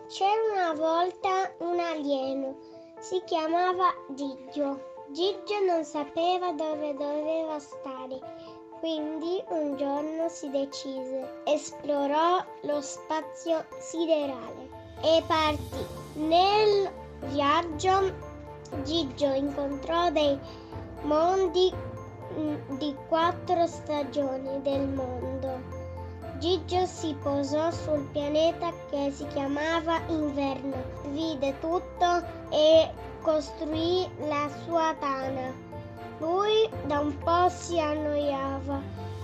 C'era una volta un alieno, si chiamava Gigio. Gigio non sapeva dove doveva stare, quindi un giorno si decise, esplorò lo spazio siderale e partì. Nel viaggio Gigio incontrò dei mondi di 4 stagioni del mondo. Gigio si posò sul pianeta che si chiamava Inverno, vide tutto e costruì la sua tana. Lui da un po' si annoiava,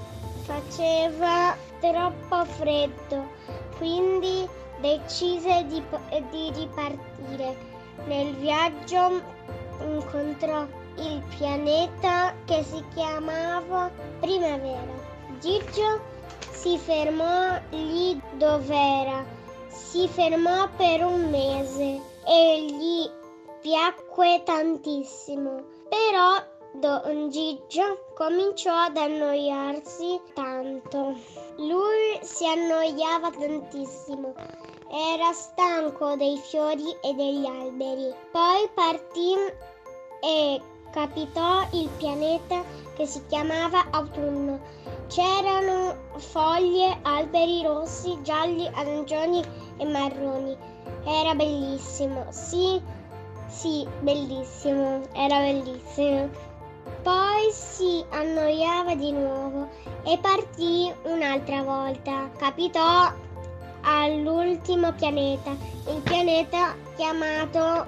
faceva troppo freddo, quindi decise di ripartire. Nel viaggio incontrò il pianeta che si chiamava Primavera. Gigio si fermò lì dov'era, si fermò per un mese e gli piacque tantissimo. Però Don Gigio cominciò ad annoiarsi tanto. Lui si annoiava tantissimo, era stanco dei fiori e degli alberi. Poi partì e capitò il pianeta che si chiamava Autunno. C'erano foglie, alberi rossi, gialli, arancioni e marroni. Era bellissimo, sì, bellissimo, era bellissimo. Poi si annoiava di nuovo e partì un'altra volta. Capitò all'ultimo pianeta, il pianeta chiamato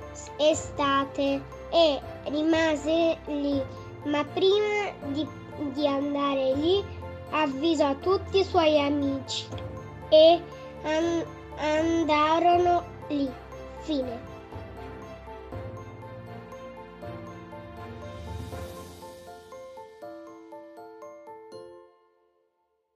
Estate, e rimase lì. Ma prima di andare lì avvisò tutti i suoi amici e andarono lì. Fine.